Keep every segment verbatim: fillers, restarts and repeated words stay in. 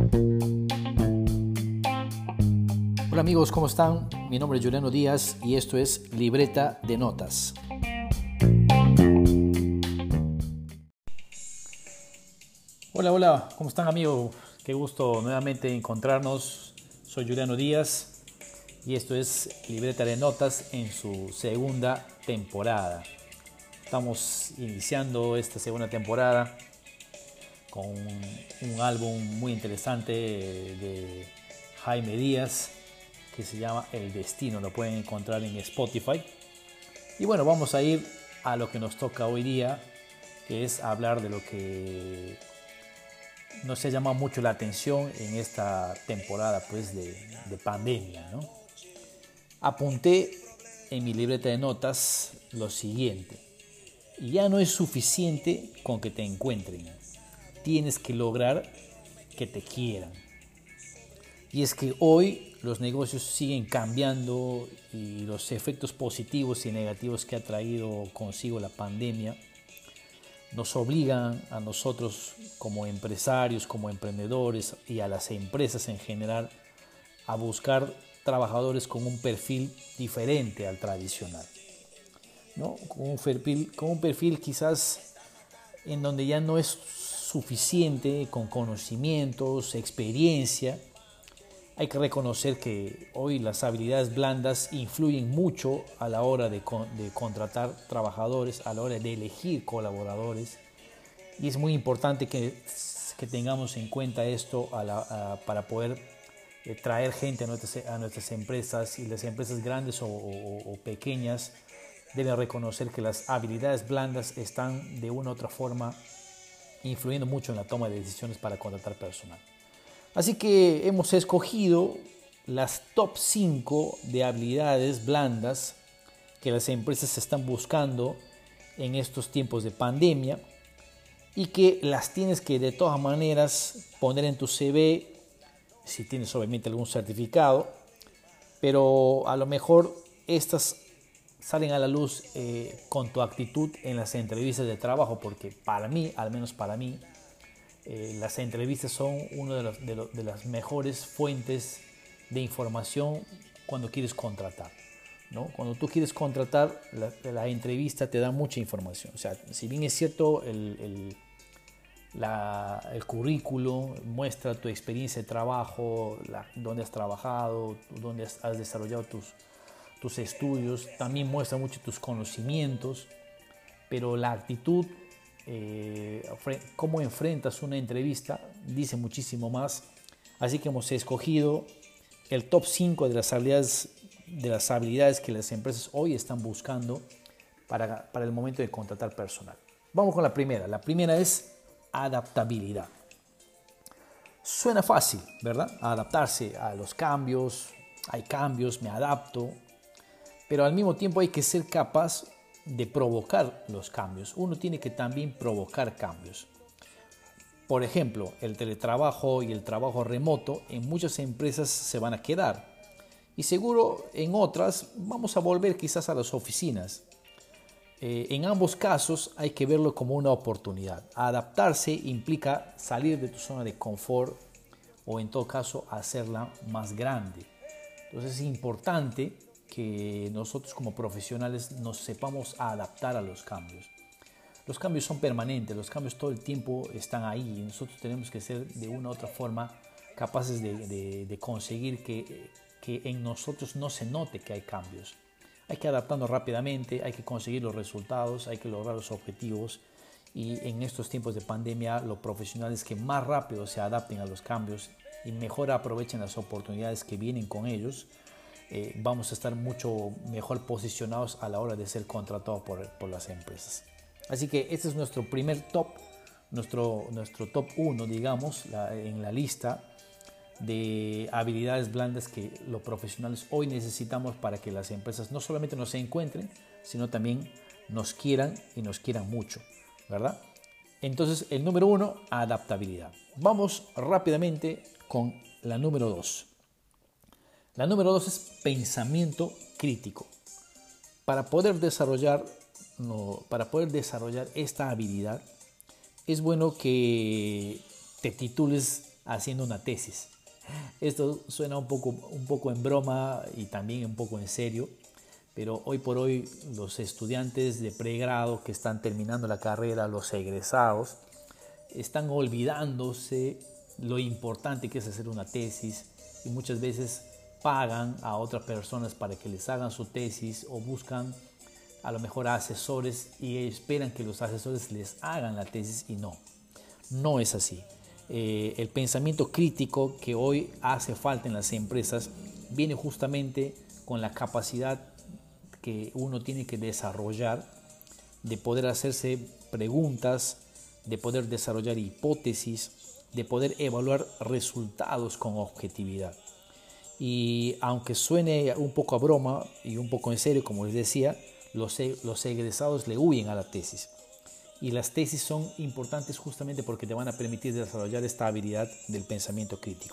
Hola amigos, ¿cómo están? Mi nombre es Juliano Díaz y esto es Libreta de Notas. Hola, hola, ¿cómo están amigos? Qué gusto nuevamente encontrarnos. Soy Juliano Díaz y esto es Libreta de Notas en su segunda temporada. Estamos iniciando esta segunda temporada con un, un álbum muy interesante de Jaime Díaz que se llama El Destino, lo pueden encontrar en Spotify. Y bueno, vamos a ir a lo que nos toca hoy día, que es hablar de lo que nos ha llamado mucho la atención en esta temporada pues de, de pandemia, ¿no? Apunté en mi libreta de notas lo siguiente: ya no es suficiente con que te encuentren, tienes que lograr que te quieran. Y es que hoy los negocios siguen cambiando y los efectos positivos y negativos que ha traído consigo la pandemia nos obligan a nosotros como empresarios, como emprendedores y a las empresas en general a buscar trabajadores con un perfil diferente al tradicional, ¿no? Con un perfil, con un perfil quizás en donde ya no es suficiente con conocimientos, experiencia. Hay que reconocer que hoy las habilidades blandas influyen mucho a la hora de, con, de contratar trabajadores, a la hora de elegir colaboradores, y es muy importante que, que tengamos en cuenta esto a la, a, para poder eh, traer gente a nuestras, a nuestras empresas, y las empresas grandes o, o, o pequeñas deben reconocer que las habilidades blandas están de una u otra forma influyendo mucho en la toma de decisiones para contratar personal. Así que hemos escogido las top cinco de habilidades blandas que las empresas están buscando en estos tiempos de pandemia y que las tienes que de todas maneras poner en tu C V, si tienes obviamente algún certificado, pero a lo mejor estas salen a la luz eh, con tu actitud en las entrevistas de trabajo, porque para mí, al menos para mí, Eh, las entrevistas son una de, los, de, lo, de las mejores fuentes de información cuando quieres contratar, ¿no? Cuando tú quieres contratar, la, la entrevista te da mucha información. O sea, si bien es cierto, el, el, la, el currículo muestra tu experiencia de trabajo, la, dónde has trabajado, dónde has, has desarrollado tus, tus estudios, también muestra mucho tus conocimientos, pero la actitud, Eh, cómo enfrentas una entrevista, dice muchísimo más. Así que hemos escogido el top cinco de las habilidades, de las habilidades que las empresas hoy están buscando para, para el momento de contratar personal. Vamos con la primera. La primera es adaptabilidad. Suena fácil, ¿verdad? Adaptarse a los cambios. Hay cambios, me adapto, pero al mismo tiempo hay que ser capaz de provocar los cambios. Uno tiene que también provocar cambios. Por ejemplo, el teletrabajo y el trabajo remoto en muchas empresas se van a quedar, y seguro en otras vamos a volver quizás a las oficinas. Eh, en ambos casos hay que verlo como una oportunidad. Adaptarse implica salir de tu zona de confort, o en todo caso hacerla más grande. Entonces es importante que nosotros como profesionales nos sepamos adaptar a los cambios. Los cambios son permanentes, los cambios todo el tiempo están ahí, y nosotros tenemos que ser de una u otra forma capaces de, de, de conseguir que, que en nosotros no se note que hay cambios. Hay que adaptarnos rápidamente, hay que conseguir los resultados, hay que lograr los objetivos, y en estos tiempos de pandemia los profesionales que más rápido se adapten a los cambios y mejor aprovechen las oportunidades que vienen con ellos, Eh, vamos a estar mucho mejor posicionados a la hora de ser contratados por, por las empresas. Así que este es nuestro primer top, nuestro, nuestro top uno, digamos, la, en la lista de habilidades blandas que los profesionales hoy necesitamos para que las empresas no solamente nos encuentren, sino también nos quieran, y nos quieran mucho, ¿verdad? Entonces, el número uno, adaptabilidad. Vamos rápidamente con la número dos. La número dos es pensamiento crítico. Para poder desarrollar, no, para poder desarrollar esta habilidad, es bueno que te titules haciendo una tesis. Esto suena un poco, un poco en broma y también un poco en serio, pero hoy por hoy los estudiantes de pregrado que están terminando la carrera, los egresados, están olvidándose lo importante que es hacer una tesis y muchas veces pagan a otras personas para que les hagan su tesis o buscan a lo mejor a asesores y esperan que los asesores les hagan la tesis y no, no es así. Eh, el pensamiento crítico que hoy hace falta en las empresas viene justamente con la capacidad que uno tiene que desarrollar de poder hacerse preguntas, de poder desarrollar hipótesis, de poder evaluar resultados con objetividad. Y aunque suene un poco a broma y un poco en serio, como les decía, los, los egresados le huyen a la tesis. Y las tesis son importantes justamente porque te van a permitir desarrollar esta habilidad del pensamiento crítico.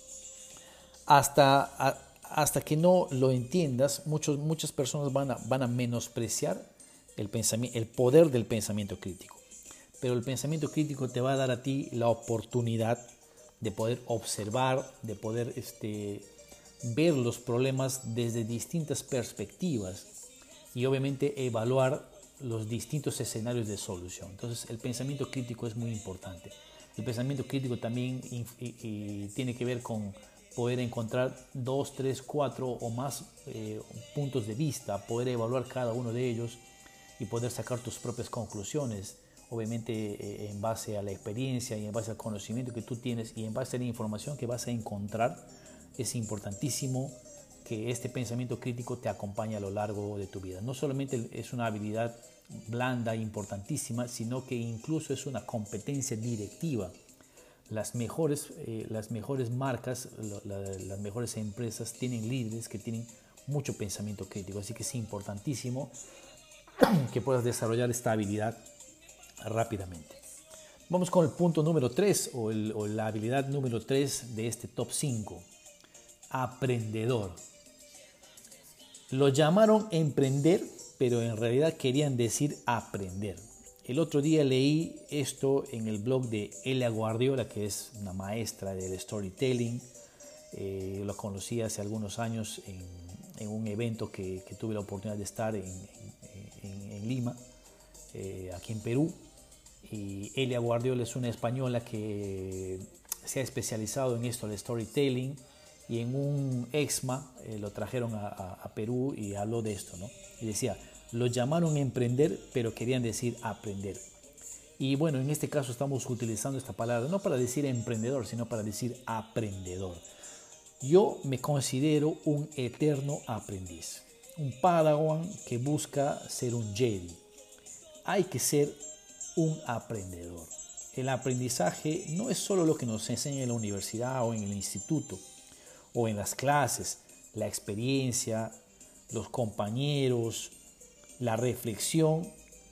Hasta, a, hasta que no lo entiendas, muchos, muchas personas van a, van a menospreciar el, el poder del pensamiento crítico. Pero el pensamiento crítico te va a dar a ti la oportunidad de poder observar, de poder este, ver los problemas desde distintas perspectivas y obviamente evaluar los distintos escenarios de solución. Entonces el pensamiento crítico es muy importante. El pensamiento crítico también y, y, tiene que ver con poder encontrar dos, tres, cuatro o más eh, puntos de vista, poder evaluar cada uno de ellos y poder sacar tus propias conclusiones, obviamente eh, en base a la experiencia y en base al conocimiento que tú tienes y en base a la información que vas a encontrar. Es importantísimo que este pensamiento crítico te acompañe a lo largo de tu vida. No solamente es una habilidad blanda, importantísima, sino que incluso es una competencia directiva. Las mejores, eh, las mejores marcas, la, la, las mejores empresas tienen líderes que tienen mucho pensamiento crítico, así que es importantísimo que puedas desarrollar esta habilidad rápidamente. Vamos con el punto número tres o, el, o la habilidad número tres de este top cinco. Aprendedor. Lo llamaron emprender, pero en realidad querían decir aprender. El otro día leí esto en el blog de Elia Guardiola, que es una maestra del storytelling. Eh, lo conocí hace algunos años en, en un evento que, que tuve la oportunidad de estar en, en, en Lima, eh, aquí en Perú. Y Elia Guardiola es una española que se ha especializado en esto, el storytelling. Y en un EXMA eh, lo trajeron a, a, a Perú y habló de esto, ¿no? Y decía, lo llamaron emprender, pero querían decir aprender. Y bueno, en este caso estamos utilizando esta palabra, no para decir emprendedor, sino para decir aprendedor. Yo me considero un eterno aprendiz, un padawan que busca ser un Jedi. Hay que ser un aprendedor. El aprendizaje no es solo lo que nos enseña en la universidad o en el instituto, o en las clases, la experiencia, los compañeros, la reflexión,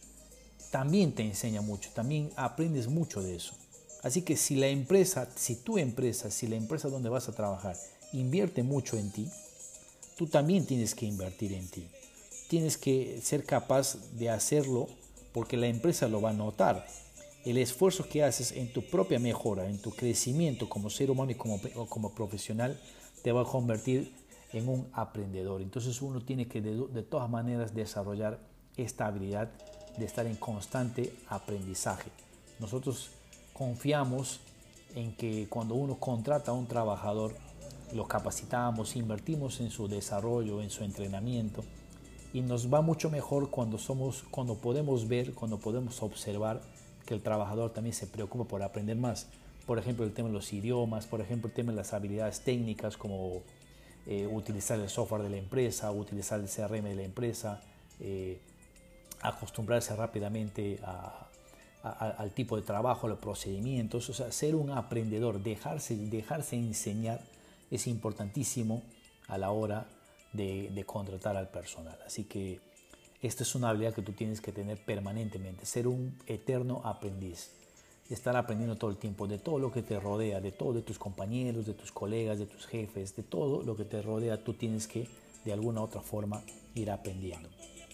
también te enseña mucho, también aprendes mucho de eso. Así que si la empresa, si tu empresa, si la empresa donde vas a trabajar invierte mucho en ti, tú también tienes que invertir en ti. Tienes que ser capaz de hacerlo porque la empresa lo va a notar. El esfuerzo que haces en tu propia mejora, en tu crecimiento como ser humano y como, como profesional, te va a convertir en un aprendedor. Entonces uno tiene que de, de todas maneras desarrollar esta habilidad de estar en constante aprendizaje. Nosotros confiamos en que cuando uno contrata a un trabajador, lo capacitamos, invertimos en su desarrollo, en su entrenamiento y nos va mucho mejor cuando, somos, cuando podemos ver, cuando podemos observar que el trabajador también se preocupa por aprender más. Por ejemplo, el tema de los idiomas, por ejemplo, el tema de las habilidades técnicas como eh, utilizar el software de la empresa, utilizar el C R M de la empresa, eh, acostumbrarse rápidamente a, a, a, al tipo de trabajo, a los procedimientos. O sea, ser un aprendedor, dejarse, dejarse enseñar es importantísimo a la hora de, de contratar al personal. Así que esta es una habilidad que tú tienes que tener permanentemente, ser un eterno aprendiz. Estar aprendiendo todo el tiempo de todo lo que te rodea, de todo, de tus compañeros, de tus colegas, de tus jefes, de todo lo que te rodea, tú tienes que de alguna u otra forma ir aprendiendo.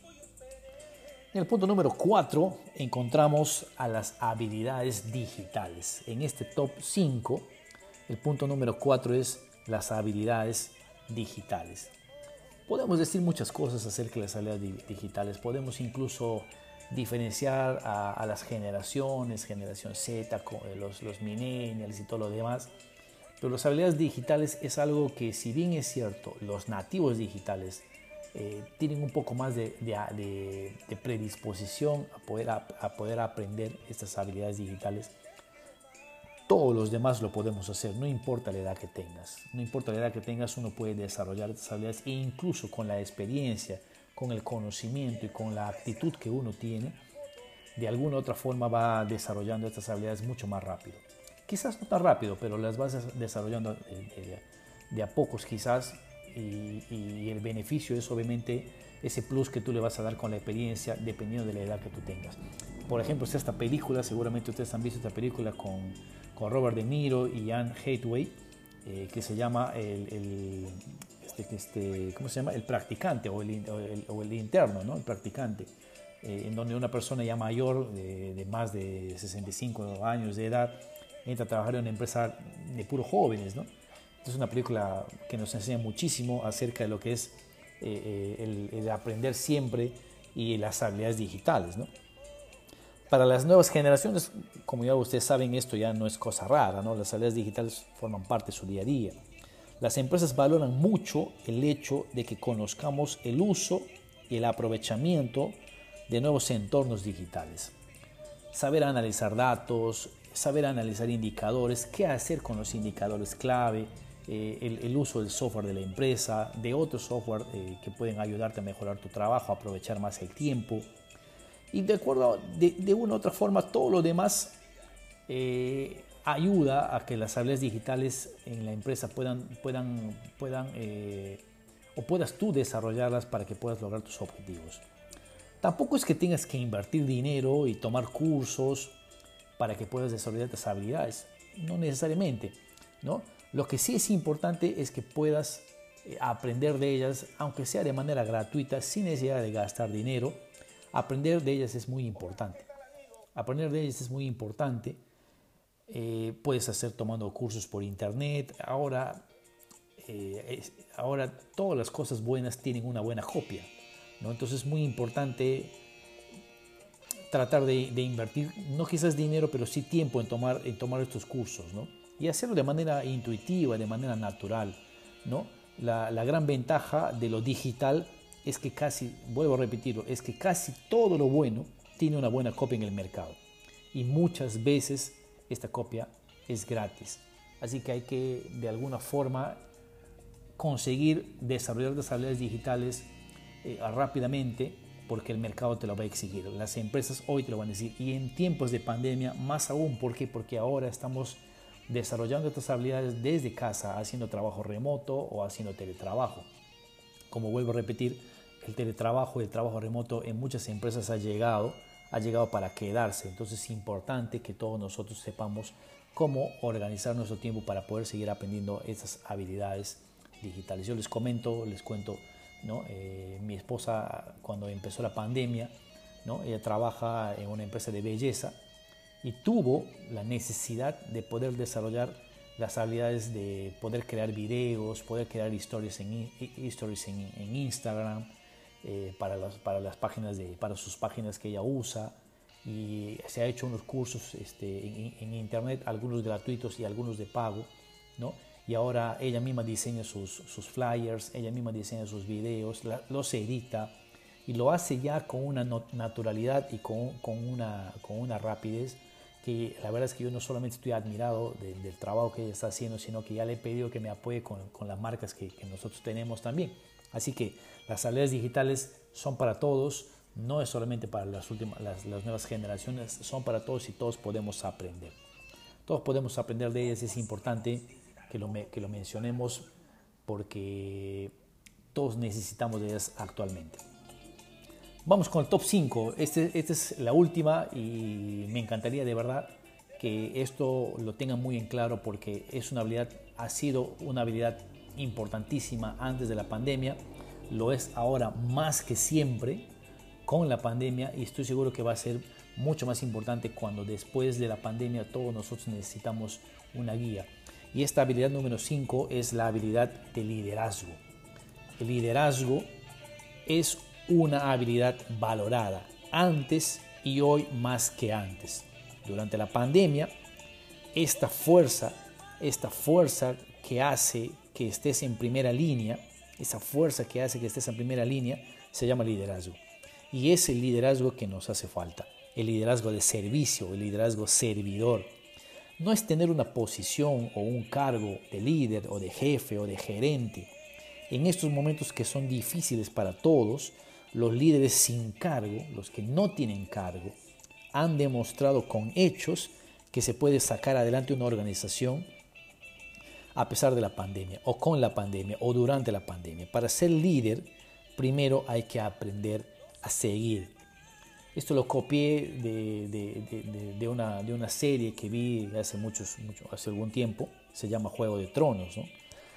En el punto número cuatro encontramos a las habilidades digitales. En este top cinco El punto número cuatro es las habilidades digitales. Podemos decir muchas cosas acerca de las habilidades digitales. Podemos incluso diferenciar a, a las generaciones, generación Z, los, los millennials y todo lo demás. Pero las habilidades digitales es algo que, si bien es cierto, los nativos digitales eh, tienen un poco más de, de, de, de predisposición a poder, a, a poder aprender estas habilidades digitales, todos los demás lo podemos hacer, no importa la edad que tengas. No importa la edad que tengas, uno puede desarrollar estas habilidades, e incluso con la experiencia, con el conocimiento y con la actitud que uno tiene, de alguna u otra forma va desarrollando estas habilidades mucho más rápido. Quizás no tan rápido, pero las vas desarrollando de, de, de a pocos quizás, y, y el beneficio es obviamente ese plus que tú le vas a dar con la experiencia, dependiendo de la edad que tú tengas. Por ejemplo, esta película, seguramente ustedes han visto esta película con, con Robert De Niro y Anne Hathaway, eh, que se llama el, el, este, este, ¿cómo se llama? El practicante o el, o el, o el interno, ¿no? El practicante, eh, en donde una persona ya mayor, de, de más de sesenta y cinco años de edad, entra a trabajar en una empresa de puros jóvenes, ¿no? Es una película que nos enseña muchísimo acerca de lo que es eh, el, el aprender siempre y las habilidades digitales, ¿no? Para las nuevas generaciones, como ya ustedes saben, esto ya no es cosa rara, ¿no? Las habilidades digitales forman parte de su día a día. Las empresas valoran mucho el hecho de que conozcamos el uso y el aprovechamiento de nuevos entornos digitales. Saber analizar datos, saber analizar indicadores, qué hacer con los indicadores clave, eh, el, el uso del software de la empresa, de otros software eh, que pueden ayudarte a mejorar tu trabajo, a aprovechar más el tiempo. Y de acuerdo, de, de una u otra forma, todo lo demás eh, ayuda a que las habilidades digitales en la empresa puedan, puedan, puedan eh, o puedas tú desarrollarlas para que puedas lograr tus objetivos. Tampoco es que tengas que invertir dinero y tomar cursos para que puedas desarrollar tus habilidades, no necesariamente, ¿no? Lo que sí es importante es que puedas eh, aprender de ellas, aunque sea de manera gratuita, sin necesidad de gastar dinero. Aprender de ellas es muy importante. Aprender de ellas es muy importante. Eh, puedes hacer tomando cursos por internet. Ahora, eh, es, ahora todas las cosas buenas tienen una buena copia, ¿no? Entonces es muy importante tratar de, de invertir, no quizás dinero, pero sí tiempo en tomar, en tomar estos cursos, ¿no? Y hacerlo de manera intuitiva, de manera natural, ¿no? La, la gran ventaja de lo digital es que casi, vuelvo a repetirlo, es que casi todo lo bueno tiene una buena copia en el mercado. Y muchas veces esta copia es gratis. Así que hay que, de alguna forma, conseguir desarrollar las habilidades digitales eh, rápidamente, porque el mercado te lo va a exigir. Las empresas hoy te lo van a decir. Y en tiempos de pandemia, más aún. ¿Por qué? Porque ahora estamos desarrollando estas habilidades desde casa, haciendo trabajo remoto o haciendo teletrabajo. Como vuelvo a repetir, el teletrabajo y el trabajo remoto en muchas empresas ha llegado, ha llegado para quedarse. Entonces es importante que todos nosotros sepamos cómo organizar nuestro tiempo para poder seguir aprendiendo esas habilidades digitales. Yo les comento, les cuento, ¿no? Eh, mi esposa, cuando empezó la pandemia, ¿no? Ella trabaja en una empresa de belleza y tuvo la necesidad de poder desarrollar las habilidades de poder crear videos, poder crear stories en, stories en, en Instagram, eh, para, las, para, las páginas de, para sus páginas que ella usa, y se ha hecho unos cursos este, en, en internet, algunos gratuitos y algunos de pago, ¿no? Y ahora ella misma diseña sus, sus flyers, ella misma diseña sus videos, la, los edita y lo hace ya con una naturalidad y con, con, una, con una rapidez que la verdad es que yo no solamente estoy admirado de, del trabajo que ella está haciendo, sino que ya le he pedido que me apoye con, con las marcas que, que nosotros tenemos también. Así que las habilidades digitales son para todos, no es solamente para las, últimas, las, las nuevas generaciones, son para todos y todos podemos aprender. Todos podemos aprender de ellas, es importante que lo, que lo mencionemos porque todos necesitamos de ellas actualmente. Vamos con el top cinco. Esta este es la última y me encantaría de verdad que esto lo tengan muy en claro porque es una habilidad, ha sido una habilidad importantísima antes de la pandemia, lo es ahora más que siempre con la pandemia y estoy seguro que va a ser mucho más importante cuando después de la pandemia todos nosotros necesitamos una guía. Y esta habilidad número cinco es la habilidad de liderazgo. El liderazgo es una habilidad valorada antes y hoy más que antes. Durante la pandemia, esta fuerza, esta fuerza que hace que estés en primera línea, esa fuerza que hace que estés en primera línea, se llama liderazgo. Y es el liderazgo que nos hace falta, el liderazgo de servicio, el liderazgo servidor. No es tener una posición o un cargo de líder o de jefe o de gerente. En estos momentos que son difíciles para todos, los líderes sin cargo, los que no tienen cargo, han demostrado con hechos que se puede sacar adelante una organización a pesar de la pandemia, o con la pandemia, o durante la pandemia. Para ser líder, primero hay que aprender a seguir. Esto lo copié de, de, de, de, una, de una serie que vi hace, muchos, mucho, hace algún tiempo, se llama Juego de Tronos, ¿no?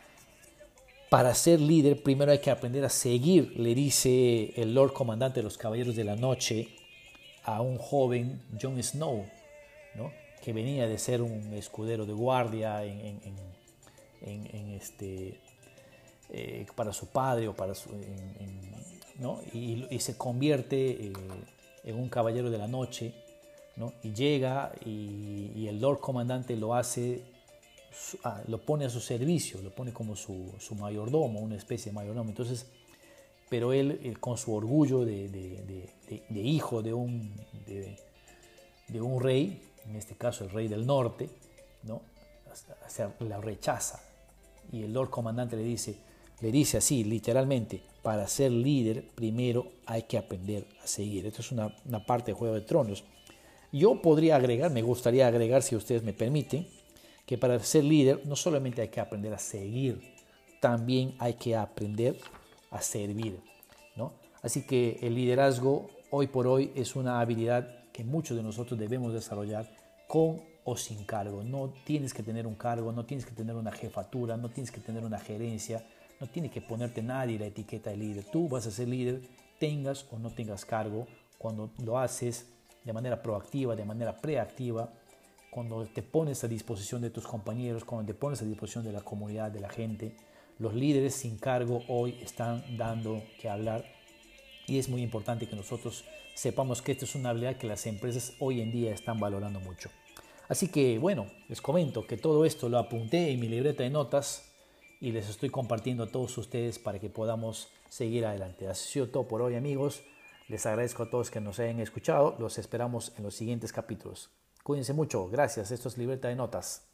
Para ser líder, primero hay que aprender a seguir, le dice el Lord Comandante de los Caballeros de la Noche a un joven Jon Snow, ¿no? Que venía de ser un escudero de guardia en, en, en, en este, eh, para su padre o para su, en, en, ¿no? y, y se convierte eh, en un caballero de la noche, ¿no? Y llega y, y el Lord Comandante lo hace, ah, lo pone a su servicio, lo pone como su, su mayordomo, una especie de mayordomo. Entonces, pero él, él con su orgullo de, de, de, de, de hijo de un, de, de un rey, en este caso el rey del norte, ¿no? O sea, la rechaza. Y el Lord Comandante le dice, le dice así, literalmente, para ser líder, primero hay que aprender a seguir. Esto es una, una parte de Juego de Tronos. Yo podría agregar, me gustaría agregar, si ustedes me permiten, que para ser líder no solamente hay que aprender a seguir, también hay que aprender a servir, ¿no? Así que el liderazgo hoy por hoy es una habilidad que muchos de nosotros debemos desarrollar con o sin cargo. No tienes que tener un cargo, no tienes que tener una jefatura, no tienes que tener una gerencia, no tiene que ponerte nadie la etiqueta de líder. Tú vas a ser líder, tengas o no tengas cargo, cuando lo haces de manera proactiva, de manera preactiva, cuando te pones a disposición de tus compañeros, cuando te pones a disposición de la comunidad, de la gente. Los líderes sin cargo hoy están dando que hablar y es muy importante que nosotros sepamos que esta es una habilidad que las empresas hoy en día están valorando mucho. Así que bueno, les comento que todo esto lo apunté en mi libreta de notas y les estoy compartiendo a todos ustedes para que podamos seguir adelante. Así ha sido todo por hoy, amigos. Les agradezco a todos que nos hayan escuchado. Los esperamos en los siguientes capítulos. Cuídense mucho. Gracias. Esto es Libreta de Notas.